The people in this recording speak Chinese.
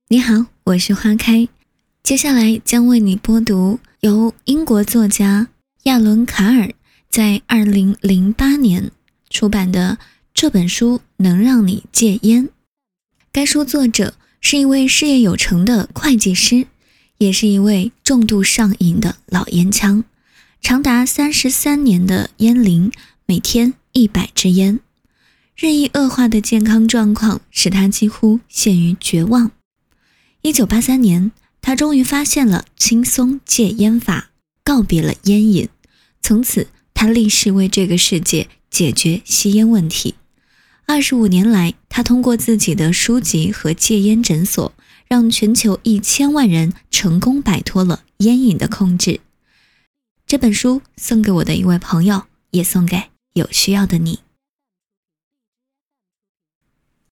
你好，我是花开，接下来将为你播读由英国作家亚伦·卡尔在2008年出版的这本书能让你戒烟。该书作者是一位事业有成的会计师，也是一位重度上瘾的老烟枪，长达33年的烟龄，每天100支烟。日益恶化的健康状况使他几乎陷于绝望。1983年，他终于发现了轻松戒烟法，告别了烟瘾。从此，他立誓为这个世界解决吸烟问题。25年来，他通过自己的书籍和戒烟诊所，让全球1000万人成功摆脱了烟瘾的控制。这本书送给我的一位朋友，也送给有需要的你。